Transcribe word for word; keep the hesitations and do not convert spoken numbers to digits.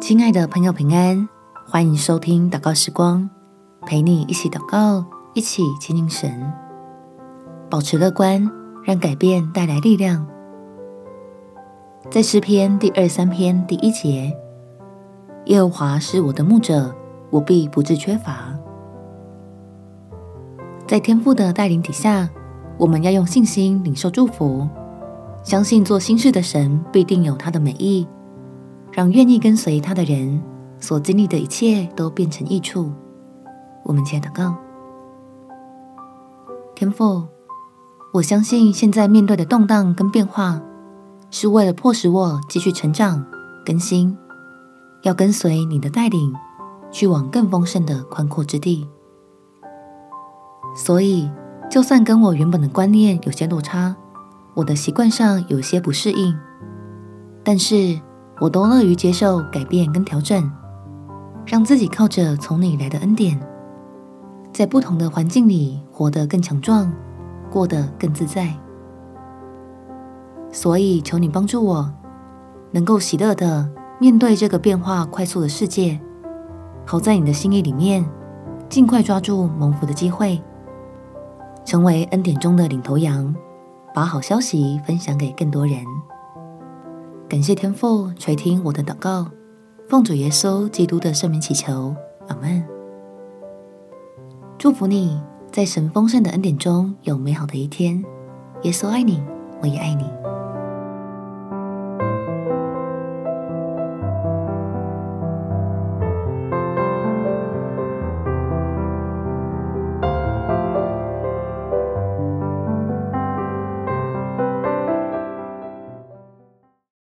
亲爱的朋友平安，欢迎收听祷告时光，陪你一起祷告，一起亲近神。保持乐观，让改变带来力量。在诗篇第二十三篇第一节，耶和华是我的牧者，我必不致缺乏。在天父的带领底下，我们要用信心领受祝福，相信做新事的神必定有他的美意，让愿意跟随他的人所经历的一切都变成益处。我们且祷告。天父，我相信现在面对的动荡跟变化，是为了迫使我继续成长更新，要跟随你的带领，去往更丰盛的宽阔之地。所以就算跟我原本的观念有些落差，我的习惯上有些不适应，但是我都乐于接受改变跟调整，让自己靠着从你来的恩典，在不同的环境里活得更强壮，过得更自在。所以求你帮助我，能够喜乐地面对这个变化快速的世界，好在你的心意里面尽快抓住蒙福的机会，成为恩典中的领头羊，把好消息分享给更多人。感谢天父垂听我的祷告，奉主耶稣基督的圣名祈求，阿们。祝福你在神丰盛的恩典中有美好的一天。耶稣爱你，我也爱你。